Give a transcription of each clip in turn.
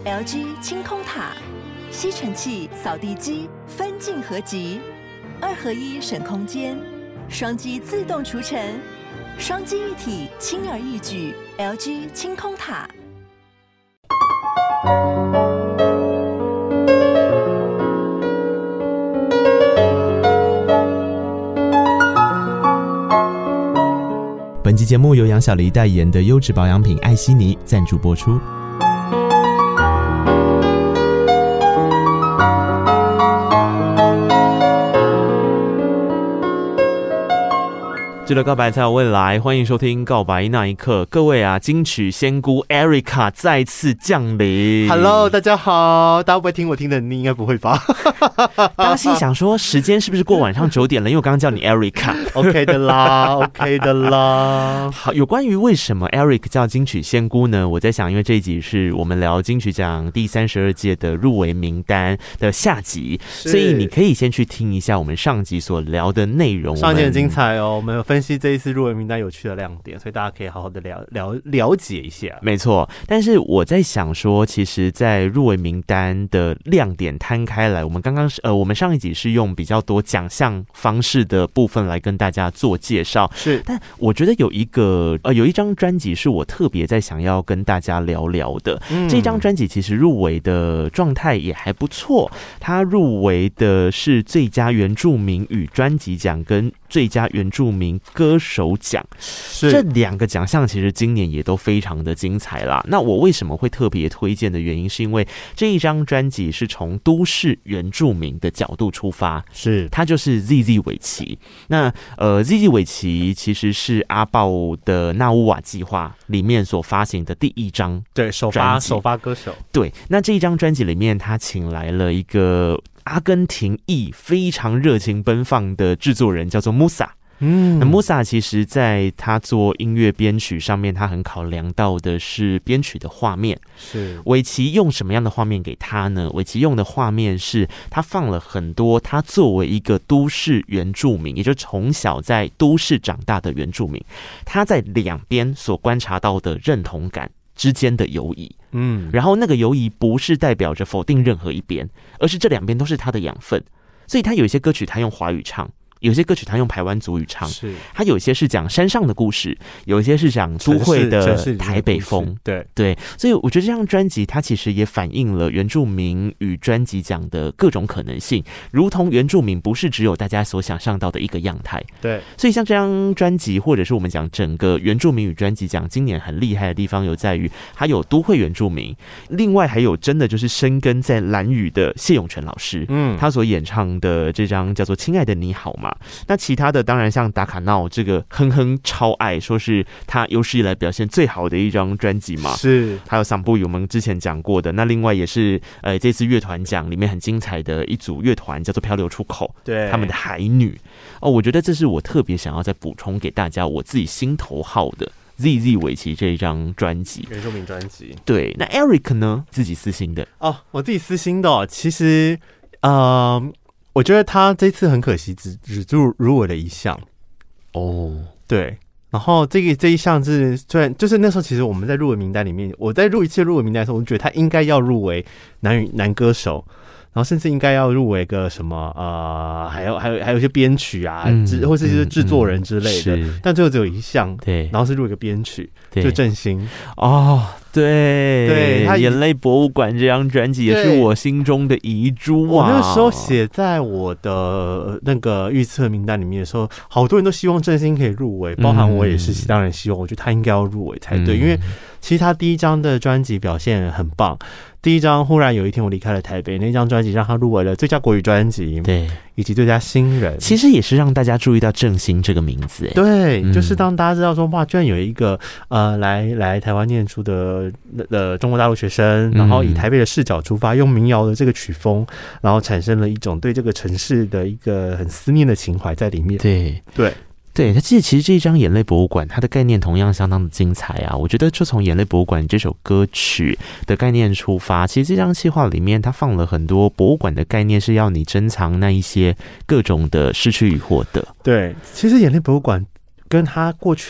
LG 清空塔，吸尘器、扫地机分镜合集，2合1省空间，双击自动除尘，双击一体轻而易举。LG 清空塔。 本期节目由杨小黎代言的优质保养品艾希尼赞助播出。记得告白才有未来，欢迎收听告白那一刻。各位啊，金曲仙姑 Erica 再次降临。 Hello， 大家好，大家会不会听我听的？你应该不会吧？ 大家心想说，时间是不是过晚上9点了？因为我刚刚叫你 Erica。OK 的啦，OK 的啦。 好，有关于为什么 Eric 叫金曲仙姑呢？我在想，因为这一集是我们聊金曲奖第32届的入围名单的下集，所以你可以先去听一下我们上集所聊的内容。 上集很精彩哦，我们有分析这一次入围名单有趣的亮点，所以大家可以好好的了解一下。 没错，但是我在想说，其实在入围名单的亮点摊开来，我们我们上一集是用比较多奖项方式的部分来跟大家做介绍， 是。 但我觉得有一张专辑是我特别在想要跟大家聊聊的。这张专辑其实入围的状态也还不错，它入围的是最佳原住民语专辑奖跟最佳原住民歌手奖，这2个奖项其实今年也都非常的精彩啦。那我为什么会特别推荐的原因，是因为这一张专辑是从都市原住民的角度出发， 是它就是 ZZ 韦奇。那ZZ 韦奇其实是阿爆的纳乌瓦计划里面所发行的第1张对首发歌手。对， 那这一张专辑里面，他请来了一个阿根廷裔非常热情奔放的制作人，叫做 Musa。那 Musa 其实在他做音乐编曲上面，他很考量到的是编曲的画面。 是韦奇用什么样的画面给他呢？韦奇用的画面是他放了很多他作为一个都市原住民，也就是从小在都市长大的原住民，他在两边所观察到的认同感之间的游移。然后那个游移不是代表着否定任何一边，而是这两边都是他的养分。所以他有一些歌曲他用华语唱，有些歌曲他用排湾族语唱，他有些是讲山上的故事，有一些是讲都会的台北风。对，所以我觉得这张专辑它其实也反映了原住民与专辑奖的各种可能性，如同原住民不是只有大家所想象到的一个样态。 对， 所以像这张专辑，或者是我们讲整个原住民与专辑奖，今年很厉害的地方有在于它有都会原住民，另外还有真的就是深耕在兰屿的谢永泉老师，他所演唱的这张叫做《亲爱的你好吗》。那其他的当然像达卡闹这个哼哼超爱，说是他有史以来表现最好的一张专辑嘛， 是。 还有桑布我们之前讲过的，那另外也是这次乐团奖里面很精彩的一组乐团叫做漂流出口， 对， 他们的海女我觉得这是我特别想要再补充给大家我自己心头好的 ZZ 韦奇这一张专辑， 原住民专辑。 对，那 Eric 呢？自己私心的我自己私心的其实我觉得他这次很可惜只入围了1项对，然后这一项是虽然就是那时候其实我们在入围名单里面，我在一次入围名单的时候，我就觉得他应该要入围男歌手，然后甚至应该要入围个什么还有一些编曲啊，或是一些制作人之类的，但最后只有1项， 对， 然后是入围个编曲，就郑兴对，他眼泪博物馆这张专辑也是我心中的遗珠啊！ 我那个时候写在我的那个预测名单里面的时候，好多人都希望郑兴可以入围，包含我也是当然希望，我觉得他应该要入围才对，因为其实他第1张的专辑表现很棒。第1张忽然有一天我离开了台北，那张专辑让他入围了最佳国语专辑， 对， 以及最佳新人， 其实也是让大家注意到郑兴这个名字。 对，就是当大家知道说哇，居然有一个来台湾念书的中国大陆学生，然后以台北的视角出发，用民谣的这个曲风，然后产生了一种对这个城市的一个很思念的情怀在里面。 对，他其实这一张眼泪博物馆，它的概念同样相当的精彩啊！我觉得就从眼泪博物馆这首歌曲的概念出发，其实这张企划里面，它放了很多博物馆的概念，是要你珍藏那一些各种的失去与获得。 对，其实眼泪博物馆跟他过去的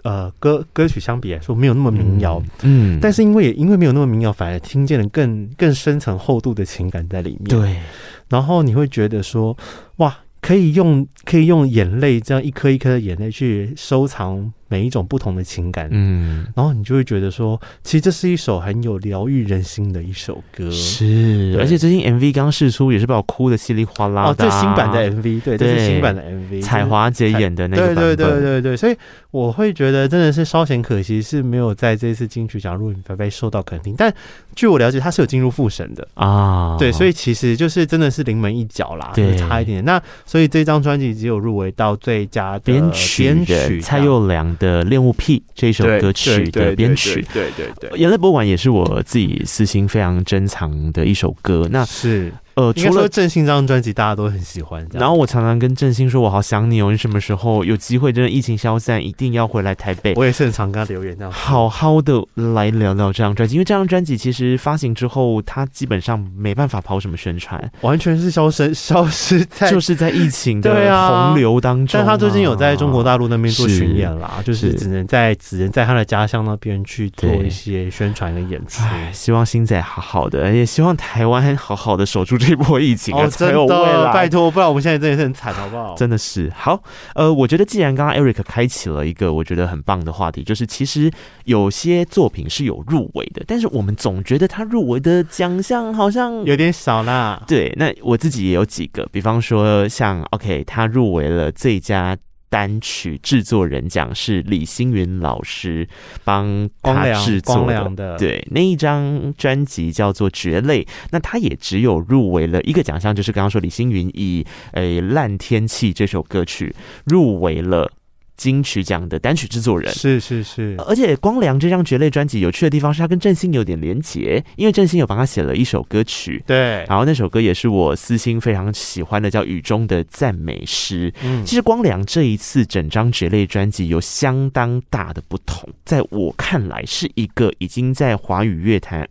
歌曲相比来说没有那么民谣，但是因为没有那么民谣，反而听见了更深层厚度的情感在里面。 对， 然后你会觉得说，哇，可以用眼泪这样一颗一颗的眼泪去收藏每一种不同的情感，然后你就会觉得说，其实这是一首很有疗愈人心的一首歌。 是，而且最近 MV 刚释出，也是把我哭的稀里哗啦的。 这新版的 MV， 对，这是新版的 MV， 彩华姐演的那个版本。 对，所以我会觉得真的是稍显可惜，是没有在这一次金曲奖入围被受到肯定。但据我了解，他是有进入复审的啊。对，所以其实就是真的是临门一脚啦，对，差一点。那所以这张专辑只有入围到最佳的编曲蔡佑良的《恋物癖》这一首歌曲的编曲， 对， 眼泪博物馆也是我自己私心非常珍藏的一首歌。那是除了郑兴这张专辑大家都很喜欢， 然后我常常跟郑兴说，我好想你哦，你什么时候有机会真的疫情消散，一定要回来台北。 我也是很常跟他留言这样， 好好的来聊聊这张专辑，因为这张专辑其实发行之后，他基本上没办法跑什么宣传， 完全是消失在就是在疫情的洪流当中。 但他最近有在中国大陆那边做巡演啦，就是只能在他的家乡那边去做一些宣传跟演出。 希望星仔好好的，也希望台湾好好的守住这波疫情啊， 才有未来。拜托，不然我们现在真的是很惨，好不好？ 真的是好。我觉得既然刚刚 Eric 开启了一个我觉得很棒的话题，就是其实有些作品是有入围的，但是我们总觉得他入围的奖项好像有点少啦。 对，那我自己也有几个，比方说像 OK， 他入围了最佳单曲制作人奖，是李星云老师帮他制作的，对，那一张专辑叫做《蕨类》，那他也只有入围了一个奖项，就是刚刚说李星云以烂天气这首歌曲入围了金曲奖的单曲制作人。 是， 而且光良这张蕨类专辑有趣的地方是他跟郑兴有点连结，因为郑兴有帮他写了一首歌曲， 对， 然后那首歌也是我私心非常喜欢的，叫《雨中的赞美诗》。其实光良这一次整张蕨类专辑有相当大的不同，在我看来是一个已经在华语乐坛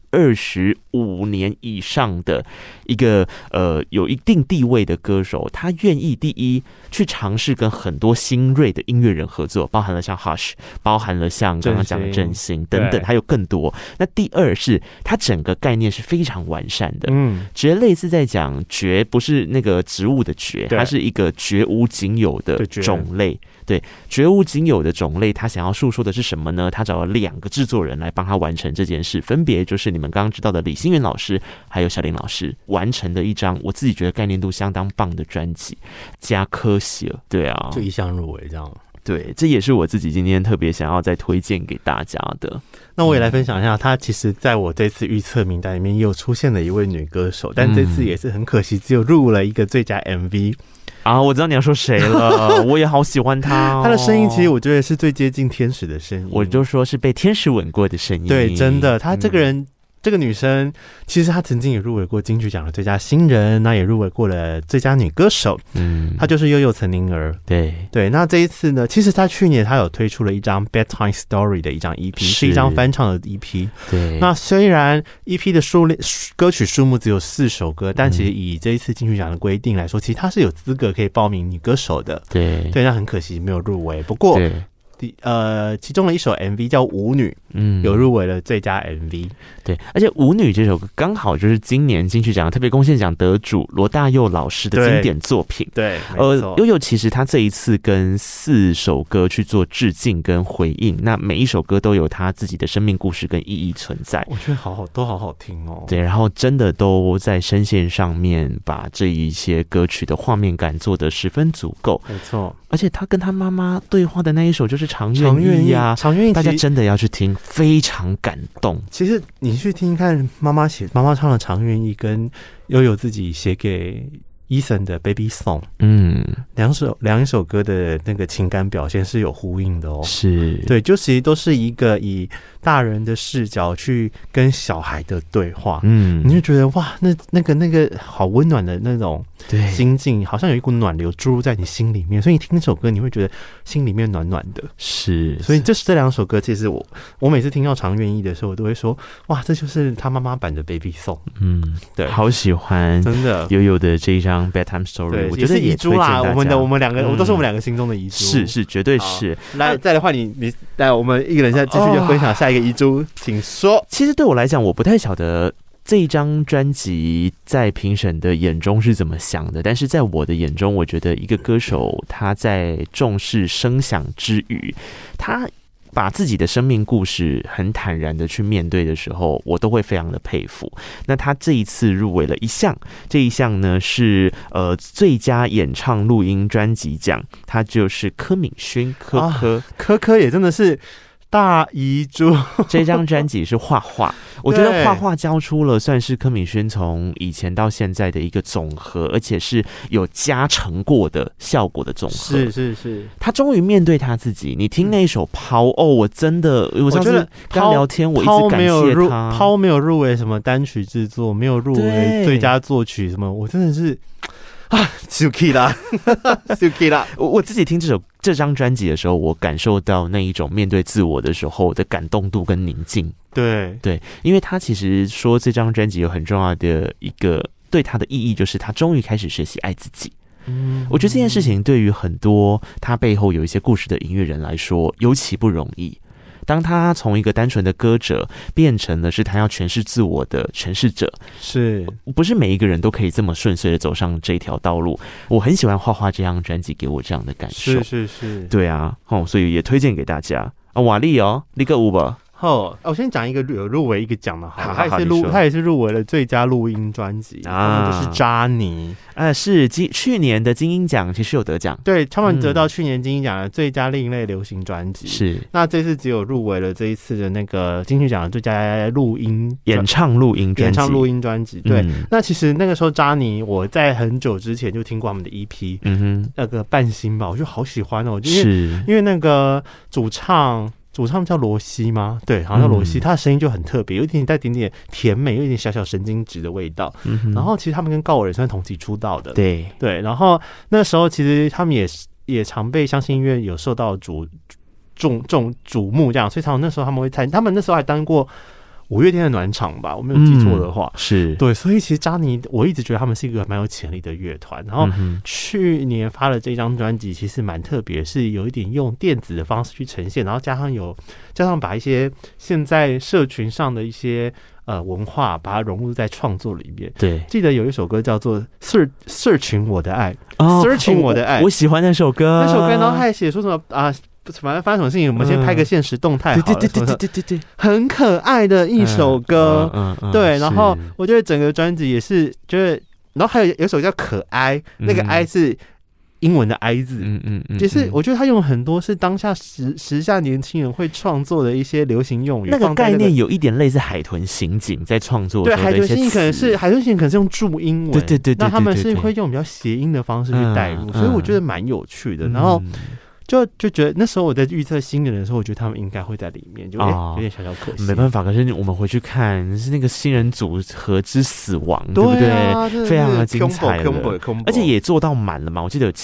25年以上的一个有一定地位的歌手，他愿意第一去尝试跟很多新锐的音乐人合作，包含了像 Hush， 包含了像刚刚讲的振兴等等，还有更多。那第二是它整个概念是非常完善的。蕨类是在讲蕨，不是那个植物的蕨，它是一个绝无仅有的种类。对，绝无仅有的种类，他想要诉说的是什么呢？他找了2个制作人来帮他完成这件事，分别就是你们刚刚知道的李星云老师还有小林老师，完成的一张我自己觉得概念度相当棒的专辑，加科喜了。对啊， 就一项入围这样。 对，这也是我自己今天特别想要再推荐给大家的。 那我也来分享一下，她其实在我这次预测名单里面也有出现了一位女歌手，但这次也是很可惜，只有入了一个最佳 MV。 我知道你要说谁了，我也好喜欢她。 她的声音其实我觉得是最接近天使的声音， 我就说是被天使吻过的声音。 对，真的，她这个人。这个女生其实她曾经也入围过金曲奖的最佳新人，那也入围过了最佳女歌手。她就是悠悠岑宁儿。对，那这一次呢，其实她去年她有推出了一张 Bedtime Story 的一张 EP， 是一张翻唱的 EP。对，那虽然 EP 的歌曲数目只有4首歌，但其实以这一次金曲奖的规定来说，其实她是有资格可以报名女歌手的。对，那很可惜没有入围。不过其中的一首 MV 叫《舞女》，有入围了最佳 MV。 对，而且《舞女》这首歌刚好就是今年金曲奖特别贡献奖得主罗大佑老师的经典作品。 对， 悠悠其实他这一次跟4首歌去做致敬跟回应，那每一首歌都有他自己的生命故事跟意义存在。 我觉得都好好听哦。 对，然后真的都在声线上面把这一些歌曲的画面感做得十分足够。 没错， 而且他跟他妈妈对话的那一首就是常愿意啊， 常愿意， 大家真的要去听，非常感动。 其实你去听看妈妈唱的常愿意跟悠悠自己写给Eason 的 Baby Song， 两首歌的那个情感表现是有呼应的哦。是，对，就其实都是一个以大人的视角去跟小孩的对话，你就觉得哇，那个好温暖的那种心境，好像有一股暖流注入在你心里面，所以你听那首歌，你会觉得心里面暖暖的。是，所以这2首歌，其实我每次听到常愿意的时候，我都会说，哇，这就是他妈妈版的 Baby Song。对， 好喜欢， 真的悠悠的这一张张 Bedtime Story， 我觉得也是遗珠啦。我们两个，都是我们两个心中的遗珠。 是，绝对是。 来，再来换你来，我们一个人现在继续分享下一个遗珠，请说。 其实对我来讲，我不太晓得这一张专辑在评审的眼中是怎么想的，但是在我的眼中，我觉得一个歌手他在重视声响之余，他把自己的生命故事很坦然的去面对的时候，我都会非常的佩服。那他这一次入围了一项，这一项呢是最佳演唱录音专辑奖，他就是柯敏勋， 柯也真的是大遗珠。 这张专辑是画画，我觉得画画交出了算是柯敏勋从以前到现在的一个总和，而且是有加成过的效果的总和。 是， 他终于面对他自己。你听那一首抛我真的，我上次跟他聊天，我一直感谢他。 抛没有入围什么单曲制作，没有入围最佳作曲什么，我真的是。Suki 啦，Suki 啦！ 我自己听这张专辑的时候，我感受到那一种面对自我的时候的感动度跟宁静。 对， 因为他其实说这张专辑有很重要的一个对他的意义，就是他终于开始学习爱自己。我觉得这件事情对于很多他背后有一些故事的音乐人来说，尤其不容易。当他从一个单纯的歌者变成了是他要诠释自我的诠释者， 是不是每一个人都可以这么顺遂的走上这条道路？我很喜欢画画这张专辑给我这样的感受， 是， 对啊，所以也推荐给大家啊。瓦力你个五吧。 我先讲一个有入围一个奖的好，他也是入围了最佳录音专辑就是扎尼， 是去年的金鹰奖其实有得奖， 对，他们得到去年金鹰奖的最佳另类流行专辑， 是。 那这次只有入围了这一次的那个金曲奖的最佳演唱录音专辑，对。那其实那个时候扎尼，我在很久之前就听过他们的 EP，那个半心吧，我就好喜欢哦，因为那个主唱叫罗西吗？对，好像叫罗西，他的声音就很特别，有一点带点甜美，有一点小小神经质的味道。然后其实他们跟告五人算同期出道的， 对。 然后那时候其实他们也常被相信音乐有受到瞩目，这样，所以那时候他们会他们那时候还当过5月天的暖场吧，我没有记错的话， 是对，所以其实扎尼我一直觉得他们是一个蛮有潜力的乐团。然后去年发了这张专辑，其实蛮特别，是有一点用电子的方式去呈现，然后加上把一些现在社群上的一些文化，把它融入在创作里面。 对， 记得有一首歌叫做 Searching 我的爱，Searching 我的爱， 我喜欢那首歌， 然后他还写说什么反正发生什么事情，我们先拍个现实动态好了，对，很可爱的一首歌，对。然后我觉得整个专辑也是，就是然后还有一首叫可哀，那个哀是英文的哀字，也是我觉得他用很多是当下时下年轻人会创作的一些流行用语， 那个概念有一点类似海豚刑警在创作的时候的一些词， 对，海豚刑警可能是用注英文， 对， 那他们是会用比较谐音的方式去带入，所以我觉得蛮有趣的。然后就觉得那时候我在预测新人的时候，我觉得他们应该会在里面，就有点小可惜。 没办法，可是我们回去看是那个新人组合之死亡，对不对？非常的精彩了，而且也做到满了嘛。我记得有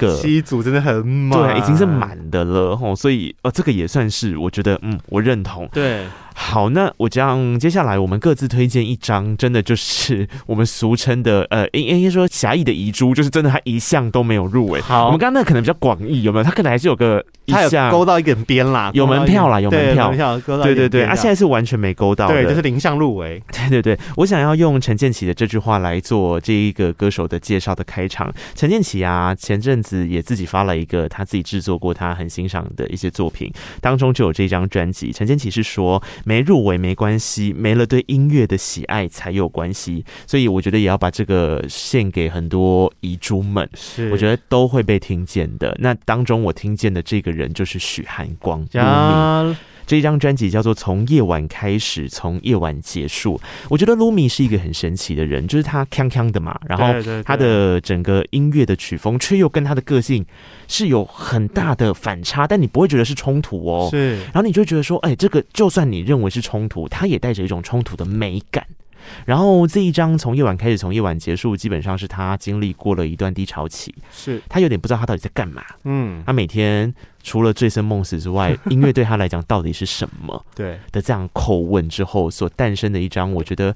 7 组真的很满， 对，已经是满的了所以这个也算是我觉得我认同。 对。 好，那我接下来我们各自推荐一张，真的就是我们俗称的应该说狭义的遗珠，就是真的他一项都没有入围。 好， 我们刚刚那可能比较广义，有没有？他可能还是有个一项， 他有勾到一点边啦， 有门票啦，有门票，对，现在是完全没勾到的， 对，就是0项入围。 对，我想要用陈建骐的这句话来做这一个歌手的介绍的开场。陈建骐前阵子也自己发了一个他自己制作过他很欣赏的一些作品，当中就有这张专辑。陈建骐是说，没入围没关系，没了对音乐的喜爱才有关系。所以我觉得也要把这个献给很多遗珠们，我觉得都会被听见的。那当中我听见的这个人就是许寒光。这一张专辑叫做《从夜晚开始，从夜晚结束》。我觉得 Lumi 是一个很神奇的人，就是他锵锵的嘛，然后他的整个音乐的曲风却又跟他的个性是有很大的反差，但你不会觉得是冲突哦。 是， 然后你就会觉得说，这个就算你认为是冲突，它也带着一种冲突的美感。然后这一张从夜晚开始，从夜晚结束，基本上是他经历过了一段低潮期， 是他有点不知道他到底在干嘛。他每天除了醉生梦死之外，音乐对他来讲到底是什么？对的，这样叩问之后所诞生的一张，我觉得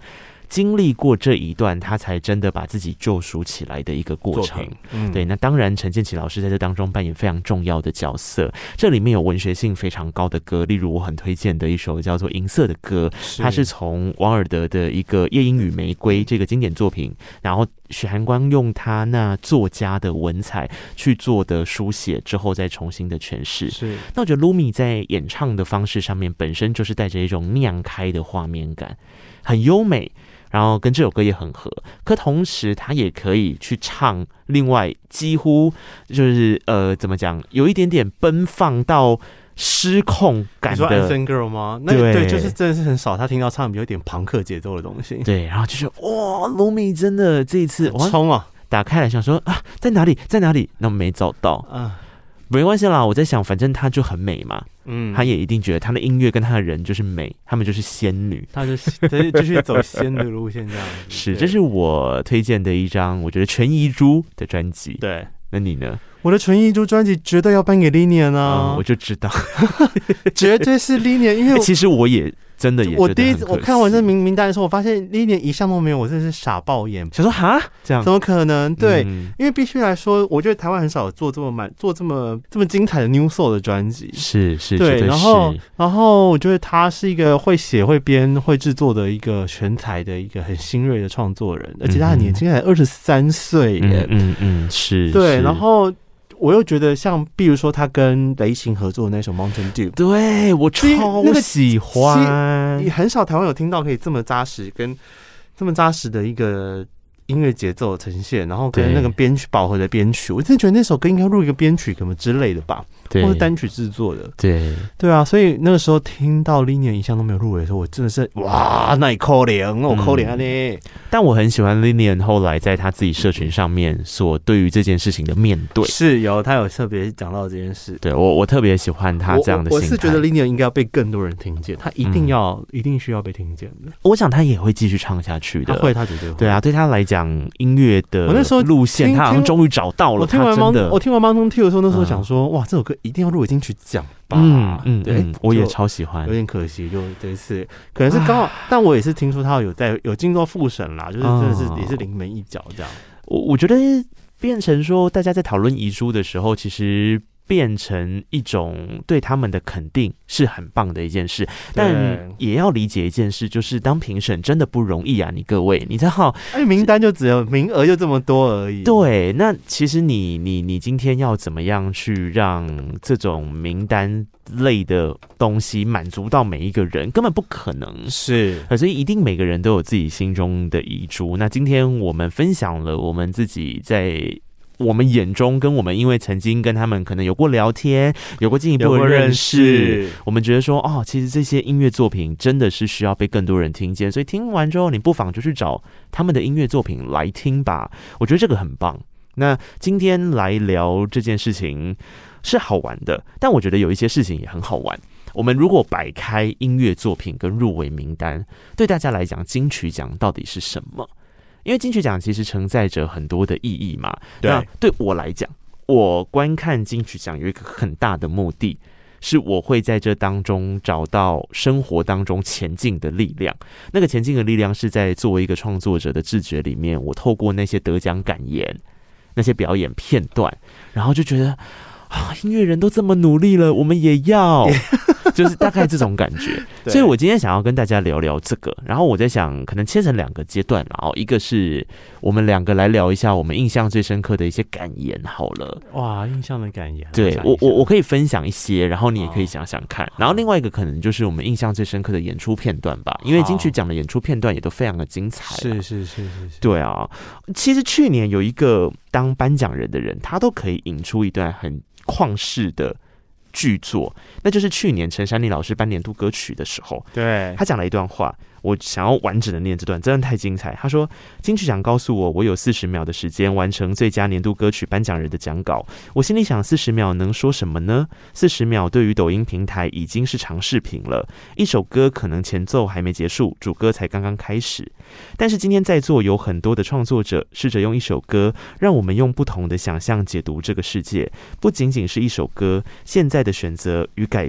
经历过这一段，他才真的把自己救赎起来的一个过程。对，那当然陈建骐老师在这当中扮演非常重要的角色。这里面有文学性非常高的歌，例如我很推荐的一首叫做《银色的歌》，它是从王尔德的一个《夜莺与玫瑰》这个经典作品，然后许寒光用他那作家的文采去做的书写之后，再重新的诠释。 是， 那我觉得 Lumi 在演唱的方式上面，本身就是带着一种酿开的画面感，很优美。然后跟这首歌也很合，可同时他也可以去唱另外几乎就是怎么讲，有一点点奔放到失控感的。 你说 Anthem Girl 吗？那对，就是真的是很少他听到唱有点朋克节奏的东西。 对，然后就是哇 ，Lumi 真的这一次冲啊！ 打开来想说啊，在哪里，在哪里？那没找到啊。没关系啦，我在想，反正她就很美嘛，她也一定觉得她的音乐跟她的人就是美，她们就是仙女， 她就继续走仙的路线这样子。 是，这是我推荐的一张我觉得全遗珠的专辑。 对， 那你呢？ 我的纯遗珠专辑绝对要颁给 Linian 啊！ 我就知道， 绝对是 Linian， 因为其实我也。真的也我第一次我看完这名单的时候，我发现Linian一项都没有，我真的是傻爆眼， 想说哈这样怎么可能？对，因为必须来说，我觉得台湾很少做这么精彩的 New Soul 的专辑， 是对，然后我觉得他是一个会写、会编、会制作的一个全才的一个很新锐的创作人，而且他很年轻，才23岁耶， 是， 对，然后。我又觉得像，比如说他跟雷霆合作的那首《Mountain Dew》， 对我超喜欢。 你很少台湾有听到可以这么扎实的一个音乐节奏呈现，然后跟那个编曲饱和的编曲，我真的觉得那首歌应该录一个编曲什么之类的吧，或是单曲制作的。对啊，所以那个时候听到 Linian 一项都没有入围的时候，我真的是哇，那你可怜，我可怜啊你。 但我很喜欢 Linian 后来在他自己社群上面所对于这件事情的面对， 是他有特别讲到这件事。 对我特别喜欢他这样的心态。 我是觉得 Linian 应该要被更多人听见，他一定需要被听见的。 我想他也会继续唱下去的， 他绝对会。 对啊，对他来讲，音乐的路线他好像终于找到了。我听完 Mountain Dew 的时候，那时候想说，哇，这首歌一定要入围金曲奖吧？对， 我也超喜欢。 有点可惜，就这一次可能是刚好，但我也是听说他有经过复审啦，就是真的是也是临门一脚这样。 我觉得变成说，大家在讨论遗书的时候，其实变成一种对他们的肯定是很棒的一件事，但也要理解一件事，就是当评审真的不容易啊！你各位，你知道， 名单就只有名额就这么多而已。 对，那其实你今天要怎么样去让这种名单类的东西满足到每一个人，根本不可能。 是， 所以一定每个人都有自己心中的遗珠。那今天我们分享了我们自己在我们眼中跟我们因为曾经跟他们可能有过聊天，有过进一步的认识，我们觉得说其实这些音乐作品真的是需要被更多人听见，所以听完之后你不妨就去找他们的音乐作品来听吧，我觉得这个很棒。那今天来聊这件事情是好玩的，但我觉得有一些事情也很好玩。我们如果摆开音乐作品跟入围名单，对大家来讲金曲奖到底是什么？因为金曲奖其实承载着很多的意义嘛。那对我来讲，我观看金曲奖有一个很大的目的，是我会在这当中找到生活当中前进的力量。那个前进的力量是在作为一个创作者的自觉里面，我透过那些得奖感言、那些表演片段，然后就觉得音乐人都这么努力了，我们也要。就是大概这种感觉，所以我今天想要跟大家聊聊这个，然后我在想可能切成2个阶段，然后一个是我们2个来聊一下我们印象最深刻的一些感言好了。 哇，印象的感言， 对，我可以分享一些，然后你也可以想想看，然后另外一个可能就是我们印象最深刻的演出片段吧，因为金曲奖的演出片段也都非常的精彩。 是， 对啊，其实去年有一个当颁奖人的人，他都可以引出一段很旷世的巨作，那就是去年陈珊妮老师颁年度歌曲的时候， 对， 他讲了一段话，我想要完整的念这段，真的太精彩。他说：“金曲奖告诉我，我有40秒的时间完成最佳年度歌曲颁奖人的讲稿。我心里想，40秒能说什么呢？40秒对于抖音平台已经是长视频了。一首歌可能前奏还没结束，主歌才刚刚开始。但是今天在座有很多的创作者，试着用一首歌，让我们用不同的想象解读这个世界。不仅仅是一首歌，现在的选择与改变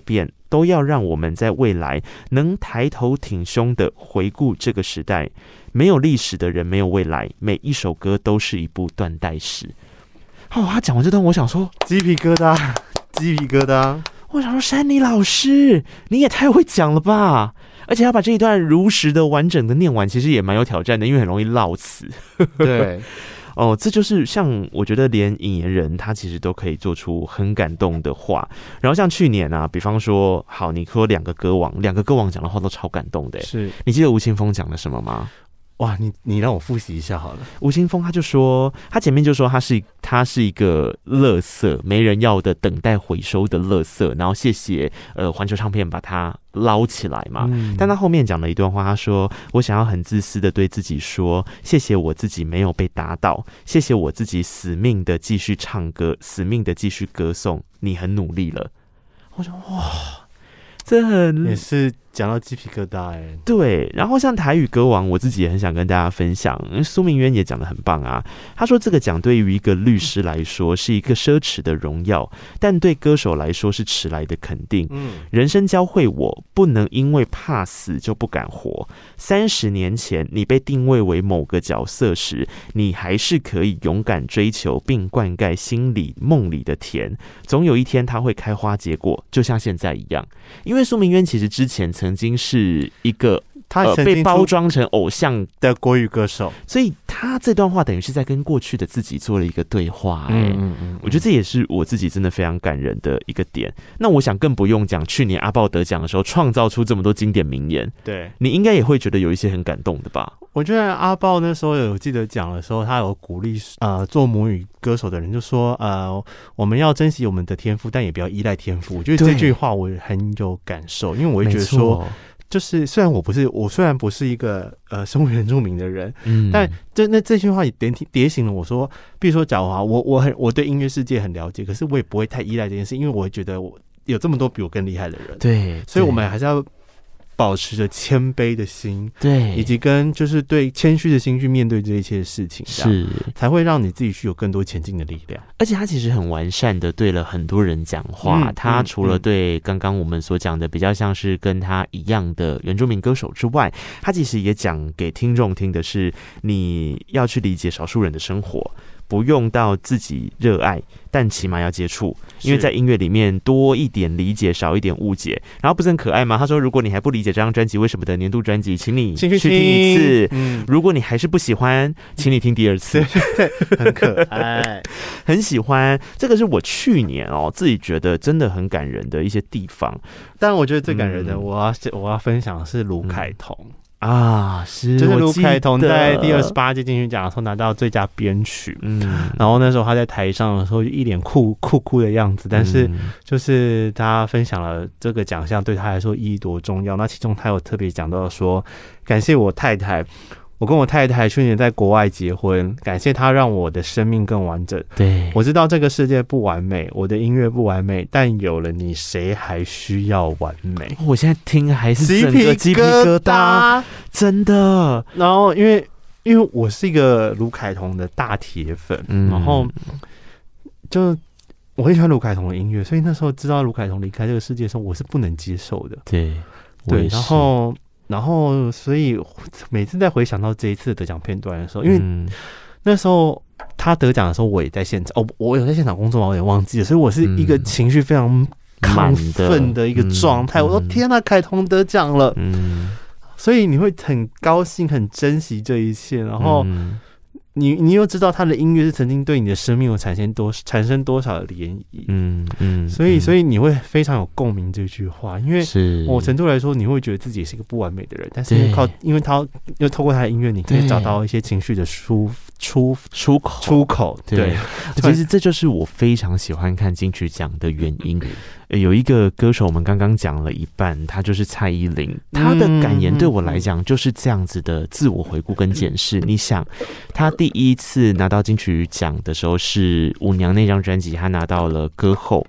都要让我们在未来能抬头挺胸的回顾这个时代。没有历史的人没有未来，每一首歌都是一部断代史。他讲完这段，我想说鸡皮疙瘩，鸡皮疙瘩。 我想说，珊妮老师，你也太会讲了吧！而且要把这一段如实的、完整的念完，其实也蛮有挑战的，因为很容易落词。 对， 这就是像我觉得连引言人他其实都可以做出很感动的话。然后像去年啊，比方说，好，你说两个歌王讲的话都超感动的。 是你记得吴青峰讲了什么吗？ 哇，你让我复习一下好了。 吴青峰他就说，他前面就说他是一个垃圾，没人要的，等待回收的垃圾，然后谢谢环球唱片把它捞起来嘛。但他后面讲了一段话，他说：“我想要很自私的对自己说，谢谢我自己没有被打倒，谢谢我自己死命的继续唱歌，死命的继续歌颂，你很努力了。”我说哇，这很也是讲到鸡皮疙瘩对，然后像台语歌王，我自己也很想跟大家分享，苏明渊也讲得很棒啊。他说这个奖对于一个律师来说是一个奢侈的荣耀，但对歌手来说是迟来的肯定。人生教会我不能因为怕死就不敢活。30年前你被定位为某个角色时，你还是可以勇敢追求并灌溉心里梦里的田，总有一天它会开花结果，就像现在一样。因为苏明渊其实之前曾经是一个被包装成偶像的国语歌手， 所以他这段话等于是在跟过去的自己做了一个对话。我觉得这也是我自己真的非常感人的一个点。那我想更不用讲去年阿豹得奖的时候创造出这么多经典名言， 对， 你应该也会觉得有一些很感动的吧？ 我觉得阿豹那时候有记得讲的时候，他有鼓励做母语歌手的人，就说我们要珍惜我们的天赋，但也不要依赖天赋。我觉得这句话我很有感受，因为我会觉得说，就是虽然不是一个身为原住民的人，但这句话也点醒了我说，比如说假如我对音乐世界很了解，可是我也不会太依赖这件事，因为我会觉得我有这么多比我更厉害的人， 对， 所以我们还是要保持着谦卑的心， 对， 以及跟就是对谦虚的心去面对这一切事情， 是才会让你自己去有更多前进的力量。 而且他其实很完善的对了很多人讲话，他除了对刚刚我们所讲的比较像是跟他一样的原住民歌手之外，他其实也讲给听众听的是，你要去理解少数人的生活，不用到自己热爱，但起码要接触，因为在音乐里面多一点理解，少一点误解。然后不是很可爱吗？他说，如果你还不理解这张专辑为什么的年度专辑，请你去听一次。如果你还是不喜欢，请你听第二次。 对，很可爱， 很喜欢。这个是我去年自己觉得真的很感人的一些地方。 但我觉得最感人的，我要分享的是卢凯彤。 是， 就是卢凯彤在第28届金曲奖的时候拿到最佳编曲，然后那时候他在台上的时候就一脸酷的样子，但是就是他分享了这个奖项对他来说意义多重要。那其中他有特别讲到说，感谢我太太。我跟我太太去年在国外结婚，感谢她让我的生命更完整。 对， 我知道这个世界不完美，我的音乐不完美，但有了你，谁还需要完美？ 我现在听还是整个鸡皮疙瘩，真的。 然后因为我是一个卢凯彤的大铁粉，然后就我很喜欢卢凯彤的音乐，所以那时候知道卢凯彤离开这个世界的时候，我是不能接受的。 对， 然后，所以每次在回想到这一次的得奖片段的时候，因为那时候他得奖的时候，我也在现场，我有在现场工作嘛，我也忘记了，所以我是一个情绪非常亢奋的一个状态。我说天哪，凯彤得奖了，所以你会很高兴、很珍惜这一切，然后你又知道他的音乐是曾经对你的生命有产生多少的涟漪，所以你会非常有共鸣这句话，因为某程度来说，你会觉得自己也是一个不完美的人，但是因为他又透过他的音乐，你可以找到一些情绪的出口。对， 其实这就是我非常喜欢看金曲奖的原因。有一个歌手，我们刚刚讲了一半，他就是蔡依林，他的感言对我来讲就是这样子的自我回顾跟检视。你想，他第一次拿到金曲奖的时候是舞娘那张专辑，他拿到了歌后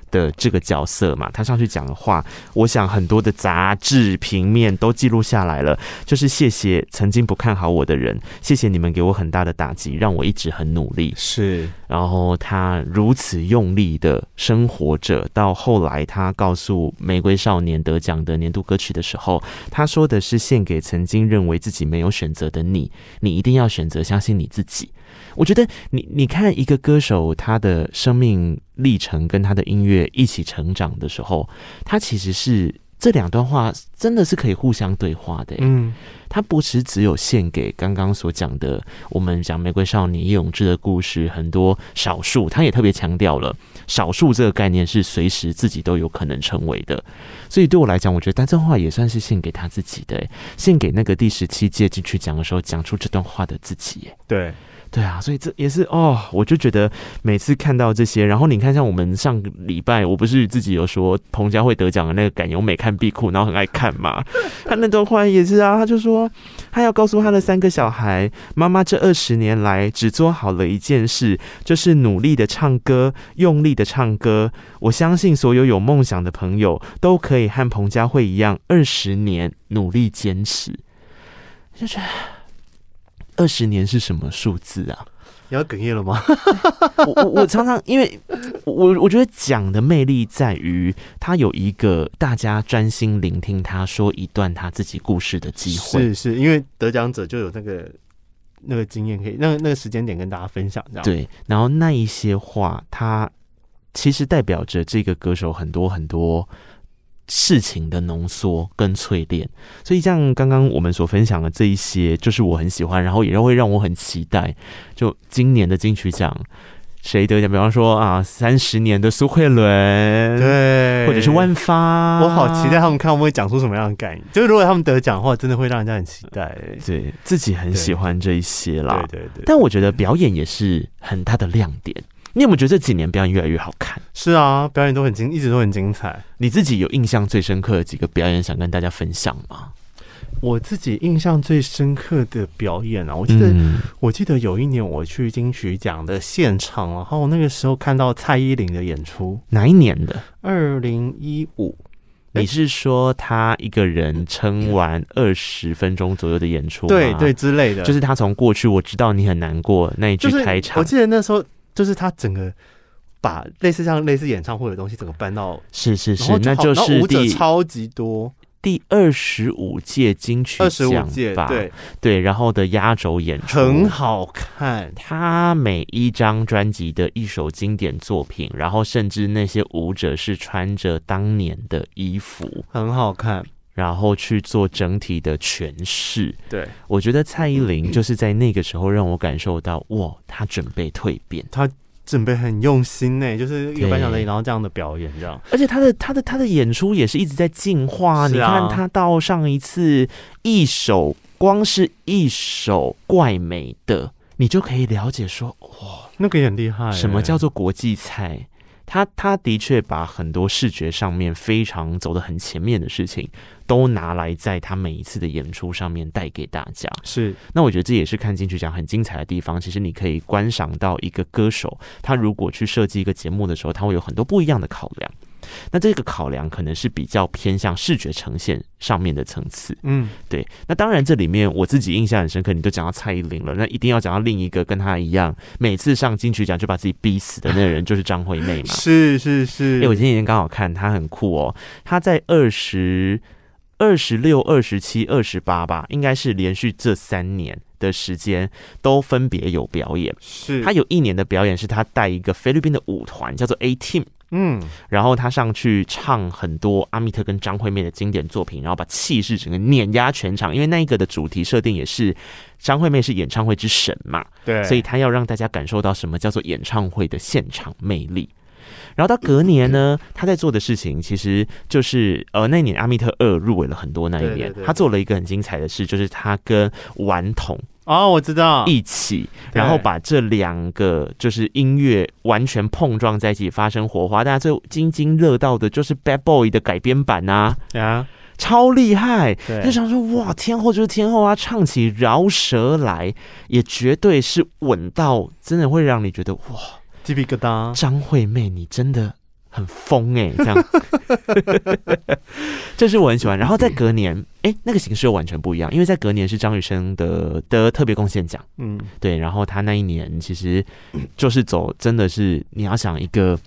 的这个角色嘛，他上去讲的话，我想很多的杂志平面都记录下来了，就是谢谢曾经不看好我的人，谢谢你们给我很大的打击，让我一直很努力。 是， 然后他如此用力的生活着，到后来他告诉玫瑰少年得奖的年度歌曲的时候，他说的是献给曾经认为自己没有选择的你，你一定要选择相信你自己。我觉得你看一个歌手他的生命历程跟他的音乐一起成长的时候，他其实是这两段话真的是可以互相对话的。他不是只有献给刚刚所讲的我们讲玫瑰少年叶永志的故事，很多少数，他也特别强调了少数这个概念是随时自己都有可能成为的。所以对我来讲，我觉得这段话也算是献给他自己的，献给那个第17届金曲奖的时候讲出这段话的自己。对啊，所以这也是我就觉得每次看到这些，然后你看像我们上个礼拜，我不是自己有说彭佳慧得奖的那个感言，我每看必哭，然后很爱看嘛。他那段话也是啊，他就说他要告诉他的3个小孩，妈妈这20年来只做好了一件事，就是努力的唱歌，用力的唱歌。我相信所有有梦想的朋友都可以和彭佳慧一样，20年努力坚持。就觉得20年是什么数字啊？ 你要哽咽了吗？ 我常常因为我觉得讲的魅力在于他有一个大家专心聆听他说一段他自己故事的机会。 是因为得奖者就有那个经验可以那个时间点跟大家分享，这样对。然后那一些话，它其实代表着这个歌手很多很多事情的浓缩跟淬炼，所以像刚刚我们所分享的这一些，就是我很喜欢，然后也会让我很期待。就今年的金曲奖，谁得奖？比方说30年的苏慧伦， 对， 或者是万芳， 我好期待他们看我们会讲出什么样的概念。就是如果他们得奖的话，真的会让人家很期待。 对自己很喜欢这一些啦， 对。 但我觉得表演也是很大的亮点。你有没有觉得这几年表演越来越好看？ 是啊，表演一直都很精彩。 你自己有印象最深刻的几个表演想跟大家分享吗？ 我自己印象最深刻的表演啊，我记得有一年我去金曲奖的现场，然后那个时候看到蔡依林的演出。 哪一年的 ？2015。 你是说他一个人撑完20分钟左右的演出吗？ 对之类的， 就是他从过去我知道你很难过那一句开场。 我记得那时候就是他整个把类似演唱会的东西整个搬到是，那就是舞者超级多。 第25届金曲奖吧，对，然后的压轴演出很好看， 他每一张专辑的一首经典作品，然后甚至那些舞者是穿着当年的衣服， 很好看， 然后去做整体的诠释。 对， 我觉得蔡依林就是在那个时候让我感受到，哇，她准备蜕变， 她准备很用心呢，就是一个颁奖典礼，然后这样的表演，这样， 而且他的演出也是一直在进化。你看他到上一次光是一首怪美的，你就可以了解说，哇， 那个也很厉害。 什么叫做国际菜？他的确把很多视觉上面非常走得很前面的事情，都拿来在他每一次的演出上面带给大家。 是， 那我觉得这也是看金曲奖很精彩的地方。其实你可以观赏到一个歌手，他如果去设计一个节目的时候，他会有很多不一样的考量。那这个考量可能是比较偏向视觉呈现上面的层次，对。那当然这里面我自己印象很深刻，你都讲到蔡依林了，那一定要讲到另一个跟她一样每次上金曲奖就把自己逼死的那个人，就是张惠妹嘛。 是。 我今天刚好看她很酷哦，她在26、27、28吧，应该是连续这3年的时间都分别有表演。 是， 她有1年的表演是她带一个菲律宾的舞团叫做 A-Team。然后他上去唱很多阿密特跟张惠妹的经典作品，然后把气势整个碾压全场，因为那一个的主题设定也是张惠妹是演唱会之神嘛， 对， 所以他要让大家感受到什么叫做演唱会的现场魅力。然后到隔年呢，他在做的事情其实就是那年阿密特2入围了很多，那一年他做了一个很精彩的事，就是他跟顽童我知道一起，然后把这2个就是音乐完全碰撞在一起，发生火花。大家最津津乐道的就是 Bad Boy 的改编版啊，超厉害！就想说哇，天后就是天后啊，唱起饶舌来也绝对是稳到，真的会让你觉得哇， 鸡皮疙瘩。 张惠妹，你真的很疯这样，这是我很喜欢。然后在隔年，那个形式又完全不一样，因为在隔年是张雨生得特别贡献奖，对，然后他那一年其实就是走，真的是你要想一个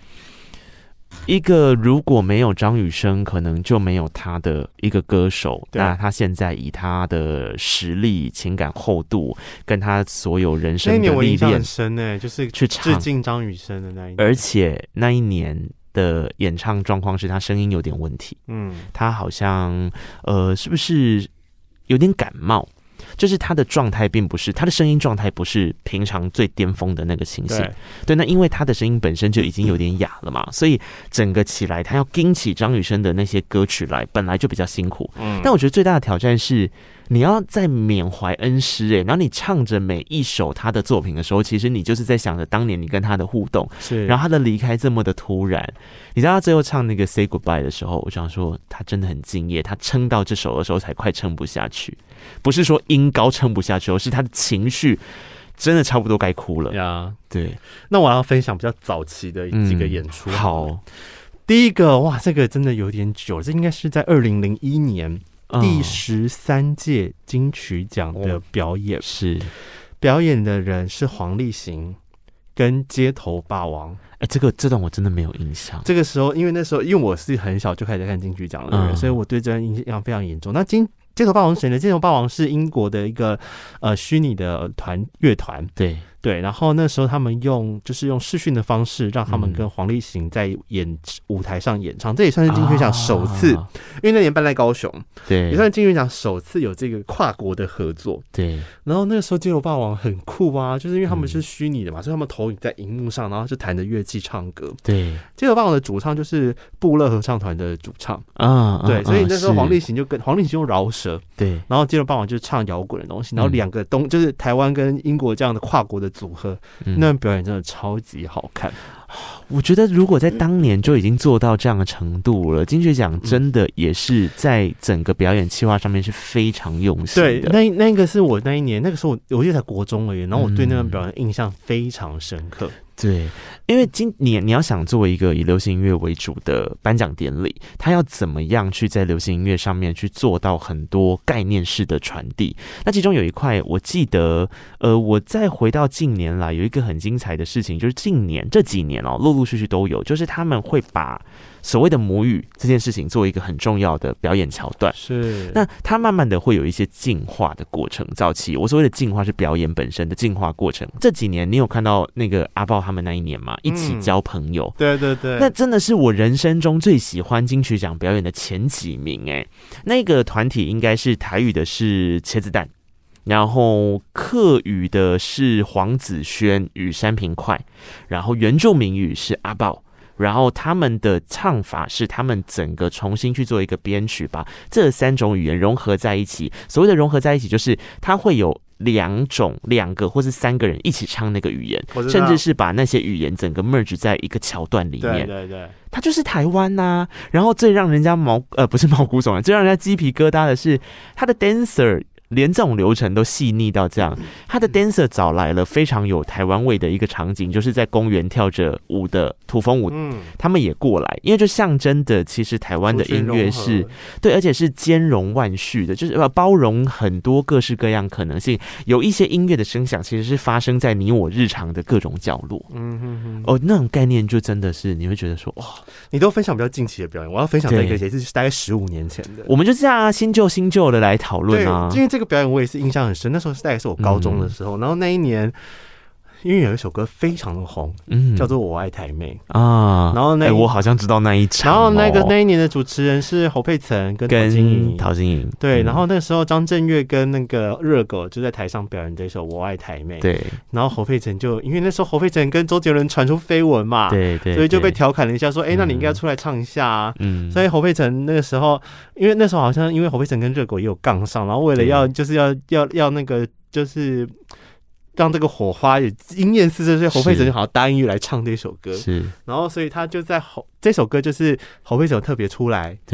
如果没有张雨生，可能就没有他的一个歌手。那他现在以他的实力、情感厚度，跟他所有人生的历练， 那一年我印象很深就是去致敬张雨生的那一年。 而且那一年的演唱状况是他声音有点问题，他好像是不是有点感冒？就是他的状态并不是，他的声音状态不是平常最巅峰的那个情形。对，那因为他的声音本身就已经有点哑了嘛，所以整个起来他要跟起张雨生的那些歌曲来，本来就比较辛苦。但我觉得最大的挑战是，你要在缅怀恩师然后你唱着每一首他的作品的时候，其实你就是在想着当年你跟他的互动，是，然后他的离开这么的突然。你知道他最后唱那个 Say Goodbye 的时候，我想说他真的很敬业，他撑到这首的时候才快撑不下去，不是说音高撑不下去，而是他的情绪真的差不多该哭了呀。对， 那我要分享比较早期的几个演出。 好， 第一个哇，这个真的有点久了，这应该是在2001年第13届金曲奖的表演。 是表演的人是黄立行跟街头霸王。 这段我真的没有印象。 这个时候，因为我是很小就开始在看金曲奖的人，所以我对这段印象非常严重。那街头霸王是谁呢？街头霸王是英国的一个虚拟的乐团，对，然后那时候他们用视讯的方式，让他们跟黄立行在舞台上演唱，这也算是金曲奖首次，因为那年办在高雄，对，也算是金曲奖首次有这个跨国的合作， 对。 然后那个时候街头霸王很酷啊，就是因为他们是虚拟的嘛，所以他们投影在荧幕上，然后就弹着乐器唱歌。 对， 街头霸王的主唱就是部落合唱团的主唱对，所以那时候黄立行用饶舌， 对， 然后街头霸王就唱摇滚的东西，然后两个就是台湾跟英国这样的跨国的组合，那表演真的超级好看。 我觉得如果在当年就已经做到这样的程度了，金曲奖真的也是在整个表演企划上面是非常用心的。 对，那个是我那一年，那个时候我记得才国中而已，然后我对那段表演印象非常深刻。 对，因为你要想作为一个以流行音乐为主的颁奖典礼，它要怎么样去在流行音乐上面去做到很多概念式的传递？那其中有一块，我记得，我再回到近年来有一个很精彩的事情，就是这几年陆陆续续都有，就是他们会把所谓的母语这件事情做一个很重要的表演桥段。 是， 那它慢慢的会有一些进化的过程。早期我所谓的进化是表演本身的进化过程。这几年你有看到那个阿豹他们那一年吗？一起交朋友。 对， 那真的是我人生中最喜欢金曲奖表演的前几名那个团体应该是台语的是茄子蛋，然后客语的是黄子轩与山平快，然后原住民语是阿豹。然后他们的唱法是他们整个重新去做一个编曲，把这3种语言融合在一起。所谓的融合在一起，就是它会有2个或是3个人一起唱那个语言，甚至是把那些语言整个 merge 在一个桥段里面。 对， 它就是台湾啊。然后最让人家不是毛骨悚然，最让人家鸡皮疙瘩的是他的 dancer。连这种流程都细腻到这样，他的 dancer 找来了非常有台湾味的一个场景，就是在公园跳着舞的土风舞，他们也过来，因为就象征的其实台湾的音乐是对，而且是兼容万绪的，就是包容很多各式各样可能性。有一些音乐的声响其实是发生在你我日常的各种角落。那种概念就真的是你会觉得说哇， 你都分享比较近期的表演，我要分享这个也是大概15年前的。 我们就这样啊，新旧的来讨论啊， 因为这个表演我也是印象很深，那时候大概是我高中的时候，然后那一年因为有一首歌非常的红，叫做《我爱台妹》啊，然后我好像知道那一场， 然后那一年的主持人是侯佩岑跟陶晶莹，对，然后那个时候张震岳跟那个热狗就在台上表演这首《我爱台妹》， 对， 然后侯佩岑就因为那时候侯佩岑跟周杰伦传出绯闻嘛， 对， 所以就被调侃了一下说，那你应该出来唱一下啊，所以侯佩岑那个时候，因为那时候好像因为侯佩岑跟热狗也有杠上，然后为了要那个就是让这个火花也应验四射，所以侯佩岑就好像答应来唱这首歌， 是， 然后所以他就在这首歌就是侯佩岑特别出来， 对，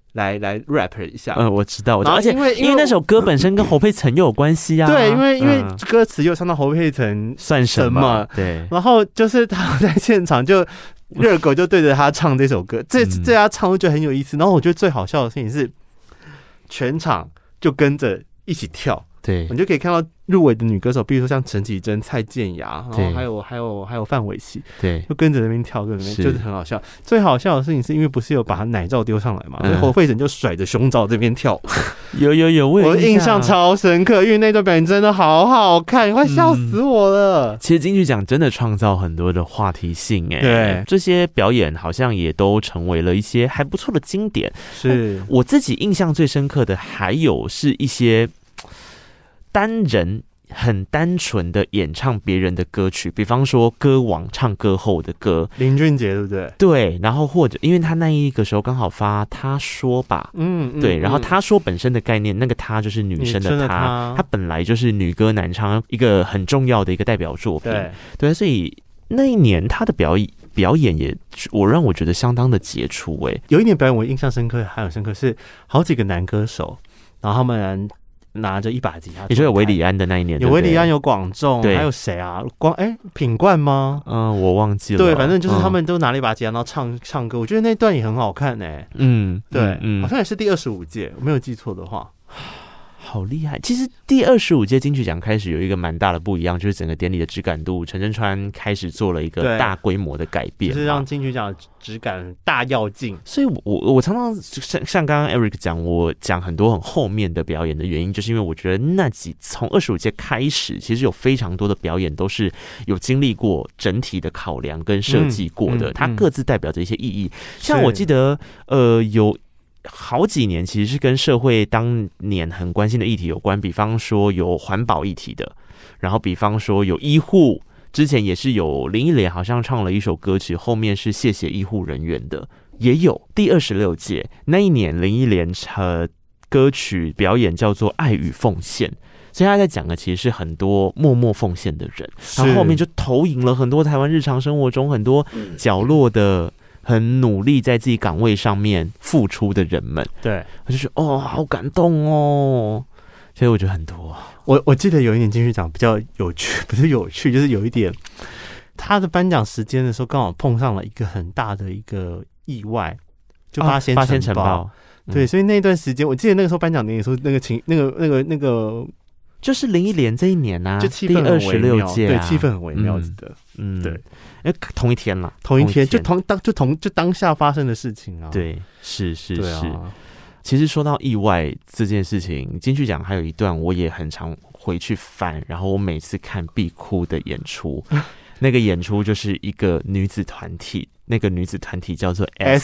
来 rap 一下。 我知道，而且因为那首歌本身跟侯佩岑又有关系啊。 对，因为歌词又唱到侯佩岑算什么？对。 然后就是他在现场就热狗就对着他唱这首歌，这他唱我觉得很有意思。然后我觉得最好笑的事情是，全场就跟着一起跳。 对， 你就可以看到入围的女歌手，比如说像陈绮贞、蔡健雅，然后还有范玮琪， 对， 就跟着那边跳，跟着那边就是很好笑。最好笑的事情是因为不是有把奶罩丢上来嘛，所以侯佩岑就甩着胸罩这边跳。 有， 我印象超深刻，因为那段表演真的好好看，快笑死我了。 其实金曲奖真的创造很多的话题性，对，这些表演好像也都成为了一些还不错的经典。 是我自己印象最深刻的，还有是一些单人很单纯的演唱别人的歌曲，比方说歌王唱歌后的歌， 林俊杰对不对？ 对，然后或者因为他那一个时候刚好发他说吧，对，然后他说本身的概念，那个他就是女生的他本来就是女歌男唱一个很重要的一个代表作品，对，所以那一年他的表演也让我觉得相当的杰出。 有一年表演我印象深刻，还很深刻是好几个男歌手，然后他们拿着一把吉他， 你说有韦礼安的那一年， 有韦礼安，有广仲，还有谁啊？品冠吗？ 我忘记了。 对，反正就是他们都拿了一把吉他，然后唱歌。我觉得那段也很好看对，好像也是第25届，我没有记错的话。 好厉害！其实第25届金曲奖开始有一个蛮大的不一样，就是整个典礼的质感度，陈真川开始做了一个大规模的改变， 就是让金曲奖的质感大跃进。 所以我常常像刚刚 Eric 讲，我讲很多很后面的表演的原因，就是因为我觉得从25届开始，其实有非常多的表演都是有经历过整体的考量跟设计过的，它各自代表着一些意义。像我记得有好几年其实是跟社会当年很关心的议题有关，比方说有环保议题的，然后比方说有医护，之前也是有林忆莲好像唱了一首歌曲，后面是谢谢医护人员的，也有第26届那一年林忆莲歌曲表演叫做《爱与奉献》。所以他在讲的其实是很多默默奉献的人，然后后面就投影了很多台湾日常生活中很多角落的很努力在自己岗位上面付出的人们。 对， 我就觉得好感动哦。所以我觉得很多。 我记得有一年金曲奖比较有趣，不是有趣，就是有一点他的颁奖时间的时候刚好碰上了一个很大的一个意外，就八仙城堡。对，所以那段时间我记得那个时候颁奖典礼的时候，那个就是林忆莲这一年啊， 就气氛很微妙， 第26届对，气氛很微妙的，对， 同一天啦， 同一天就当下发生的事情啊， 对，是， 对啊。 其实说到意外这件事情，金曲奖还有一段我也很常回去翻，然后我每次看必哭的演出，那个演出就是一个女子团体。那个女子团体叫做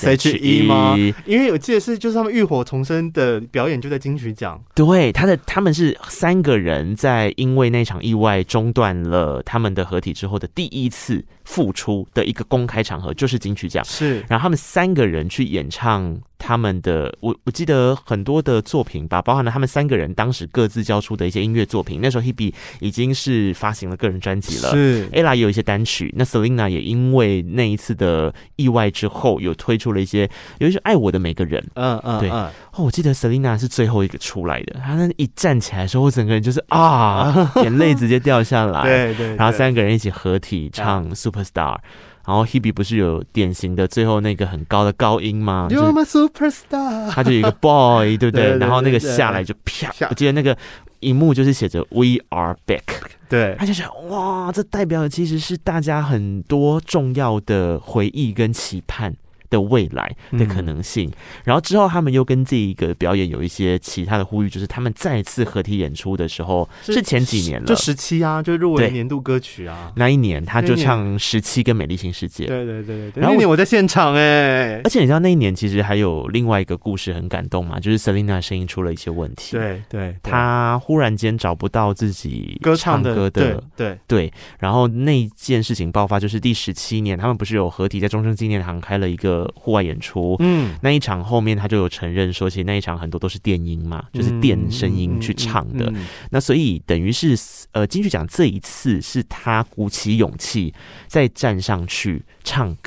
SHE 吗？因为我记得就是他们浴火重生的表演就在金曲奖。 对，他们是3个人在因为那场意外中断了他们的合体之后的第一次复出的一个公开场合，就是金曲奖。 是， 然后他们3个人去演唱他们的，我记得很多的作品吧，包含了他们3个人当时各自交出的一些音乐作品。那时候 Hebe 已经是发行了个人专辑了， 是 Ella 也有一些单曲。那 Selina 也因为那一次的意外之后，有推出了一些爱我的每个人。对。我记得 Selina 是最后一个出来的，她那一站起来的时候，我整个人就是眼泪直接掉下来。 对。 然后3个人一起合体唱 Superstar。然后 Hebe 不是有典型的最后那个很高的高音吗？ You're my superstar， 他就有一个 boy， 对不对？ 对， 然后那个下来就啪，我记得那个荧幕就是写着 We are back。 对， 他就想哇，这代表的其实是大家很多重要的回忆跟期盼的未来的可能性。然后之后他们又跟这一个表演有一些其他的呼吁，就是他们再次合体演出的时候是前几年了， 就17啊，就入围年度歌曲啊。 那一年他就唱17跟美丽新世界。 对。然后那年我在现场而且你知道那一年其实还有另外一个故事很感动嘛，就是 Selina 声音出了一些问题。 对， 他忽然间找不到自己唱歌的对。然后那件事情爆发就是第17年，他们不是有合体在中正纪念堂开了一个户外演出，那一场后面他就有承认说，其实那一场很多都是电音嘛，就是电声音去唱的。那所以等于是金曲奖这一次是他鼓起勇气再站上去唱歌，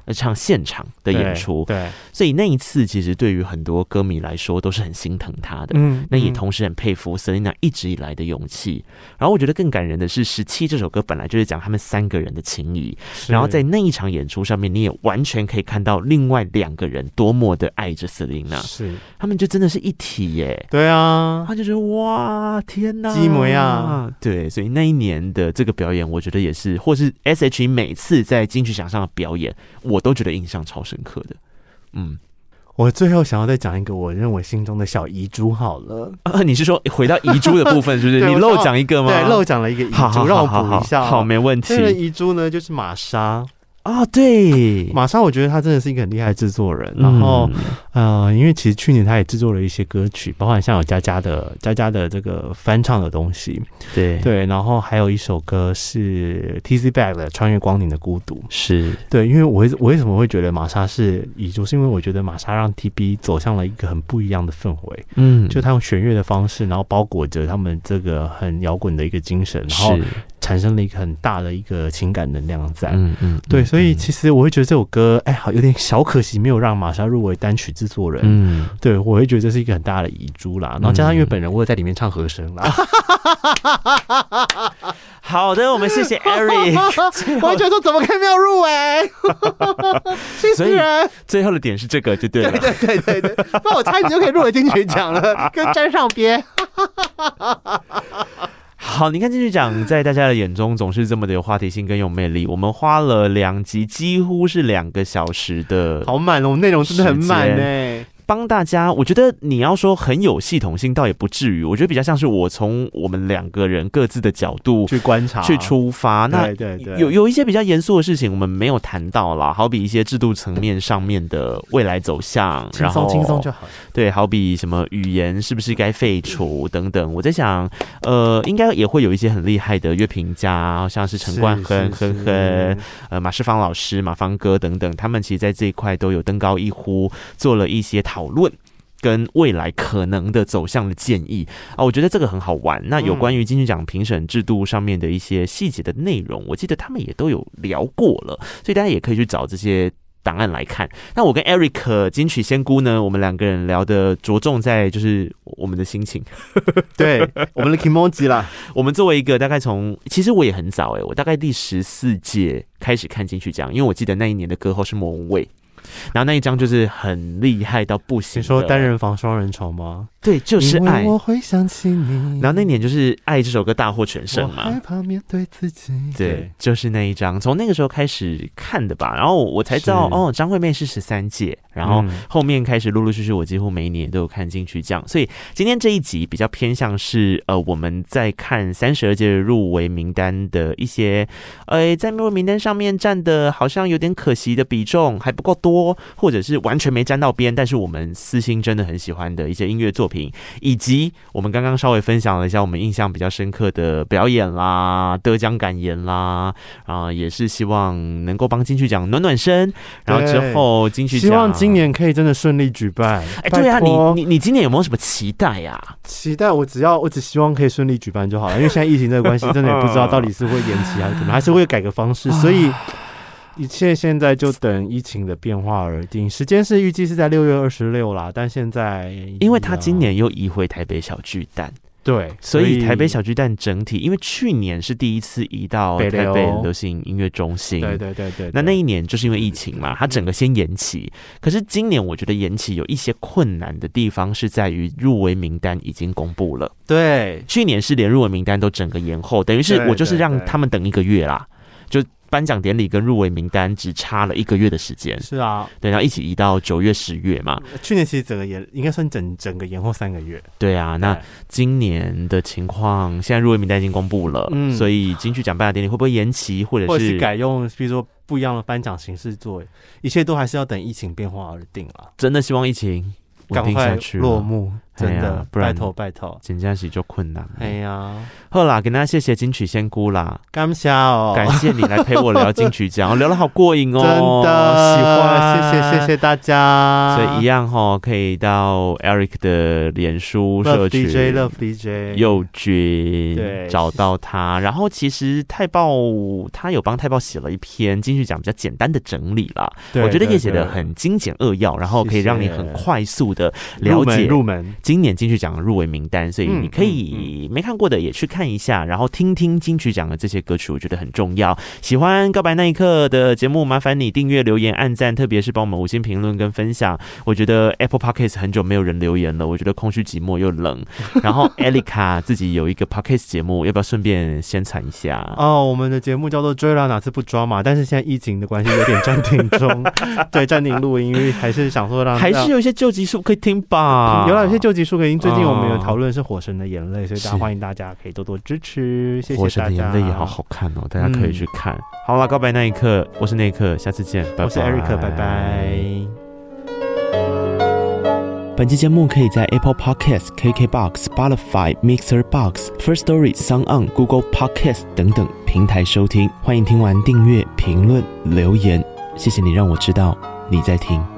唱现场的演出， 对， 所以那一次其实对于很多歌迷来说都是很心疼他的，那也同时很佩服 Selina 一直以来的勇气。然后我觉得更感人的是17这首歌本来就是讲他们3个人的情谊，然后在那一场演出上面，你也完全可以看到另外2个人多么的爱着 Selina， 是他们就真的是一体耶。 对啊， 他就觉得哇天哪， 基模样。 对，所以那一年的这个表演，我觉得也是，或是 S.H.E 每次在金曲奖上的表演，我都觉得印象超深刻的。 我最后想要再讲一个我认为心中的小遗珠好了。 你是说回到遗珠的部分，是不是？你漏讲一个吗？ 对，漏讲了一个遗珠，让我补一下。 好，没问题。 这个遗珠呢，就是玛莎。 对， 玛莎，我觉得他真的是一个很厉害的制作人。然后，因为其实去年他也制作了一些歌曲，包含像有佳佳的这个翻唱的东西，对，然后还有一首歌是 TZ Back 的《穿越光年的孤独》， 是对， 因为我为什么会觉得玛莎是遗珠，是因为我觉得玛莎让 TB 走向了一个很不一样的氛围，就他用弦乐的方式，然后包裹着他们这个很摇滚的一个精神，然后产生了一个很大的一个情感能量在，对，所以其实我会觉得这首歌，好有点小可惜，没有让玛莎入围单曲制作人，对，我会觉得这是一个很大的遗珠啦。然后加上因为本人我也在里面唱和声啦， 好的，我们谢谢 Eric。 我会觉得说怎么可以没有入围？气死人！ 最后的点是这个就对了， 对，不然我猜你就可以入围金曲奖了，跟沾上边。 好，你看金曲奖在大家的眼中总是这么的有话题性跟有魅力。我们花了2集，几乎是2个小时的， 好满哦，内容真的很满呢。 帮大家，我觉得你要说很有系统性，倒也不至于。我觉得比较像是我从我们2个人各自的角度去观察、 去出发。那有一些比较严肃的事情，我们没有谈到啦，好比一些制度层面上面的未来走向， 轻松就好。 对，好比什么语言是不是该废除等等。我在想，应该也会有一些很厉害的乐评家，像是陈冠亨、马世芳老师、马芳哥等等，他们其实在这一块都有登高一呼，做了一些讨论跟未来可能的走向的建议啊，我觉得这个很好玩。那有关于金曲奖评审制度上面的一些细节的内容，我记得他们也都有聊过了，所以大家也可以去找这些档案来看。那我跟 Eric 金曲仙姑呢，我们2个人聊的着重在就是我们的心情， 对，我们的 Kimoji 啦。 我们作为一个大概其实我也很早我大概第14届开始看金曲奖，因为我记得那一年的歌后是莫文蔚。然后那一张就是很厉害到不行的。 你说单人房双人床吗？ 对，就是爱。 我会想起你。 然后那年就是《爱》这首歌大获全胜嘛。 我害怕面对自己。 对，就是那一张，从那个时候开始看的吧。然后我才知道张惠妹是13届，然后后面开始陆陆续续，我几乎每一年都有看金曲奖。所以今天这一集比较偏向是我们在看32届入围名单的一些在入围名单上面占的好像有点可惜的比重还不够多，或者是完全没沾到边，但是我们私心真的很喜欢的一些音乐作品，以及我们刚刚稍微分享了一下我们印象比较深刻的表演啦、得奖感言啦，也是希望能够帮金曲奖暖暖身，然后之后金曲奖希望今年可以真的顺利举办。 对啊，你今年有没有什么期待啊？ 期待我只希望可以顺利举办就好了，因为现在疫情这个关系，真的也不知道到底是会延期还是怎么，还是会改个方式，所以一切现在就等疫情的变化而定。时间是预计是在6月26啦，但现在因为他今年又移回台北小巨蛋。 对， 所以台北小巨蛋整体，因为去年是第一次移到台北流行音乐中心， 对， 那一年就是因为疫情嘛，它整个先延期。可是今年我觉得延期有一些困难的地方是在于入围名单已经公布了， 对， 去年是连入围名单都整个延后，等于是我就是让他们等1个月啦，就颁奖典礼跟入围名单只差了1个月的时间。 是啊，对， 然后一起移到9月、10月嘛。 去年其实整个应该算整个延后3个月。 对啊，那今年的情况，现在入围名单已经公布了，所以金曲奖颁奖典礼会不会延期，或者是改用，比如说不一样的颁奖形式做，一切都还是要等疫情变化而定啦。 真的希望疫情赶快落幕。 真的， 不然拜托， 真的是就困难。 哎呀， 好啦，跟大家谢谢金曲仙姑啦， 感谢哦， 感谢你来陪我聊金曲奖，聊得好过瘾哦， 真的喜欢， 谢谢大家。 所以一样可以到 Eric 的脸书社群 Love DJ 佑君对找到他，然后其实泰报他有帮泰报写了一篇金曲奖比较简单的整理啦，我觉得也写得很精简扼要，然后可以让你很快速的了解入门今年金曲奖的入围名单，所以你可以没看过的也去看一下，然后听听金曲奖的这些歌曲，我觉得很重要。喜欢告白那一刻的节目，麻烦你订阅、留言、按赞，特别是帮我们5星评论跟分享。我觉得 Apple Podcast 很久没有人留言了，我觉得空虚寂寞又冷。然后 Erica 自己有一个 Podcast 节目，要不要顺便宣传一下？ 我们的节目叫做追啦哪次不抓嘛，但是现在疫情的关系有点暂停中，对，暂停录音，因为还是想说还是有一些旧集数可以听吧。 有些旧集数可以听，最近我们有讨论是火神的眼泪，所以欢迎大家可以多多支持，谢谢大家。 火神的眼泪也好好看哦，大家可以去看。好了，告白那一刻，我是那一刻，下次见，拜拜。 我是 Eric， 拜拜。 本期节目可以在 Apple Podcast、KKBox、Spotify、Mixer Box、Firstory、SoundOn、Google Podcast 等等平台收听。欢迎听完订阅、评论、留言，谢谢你让我知道你在听。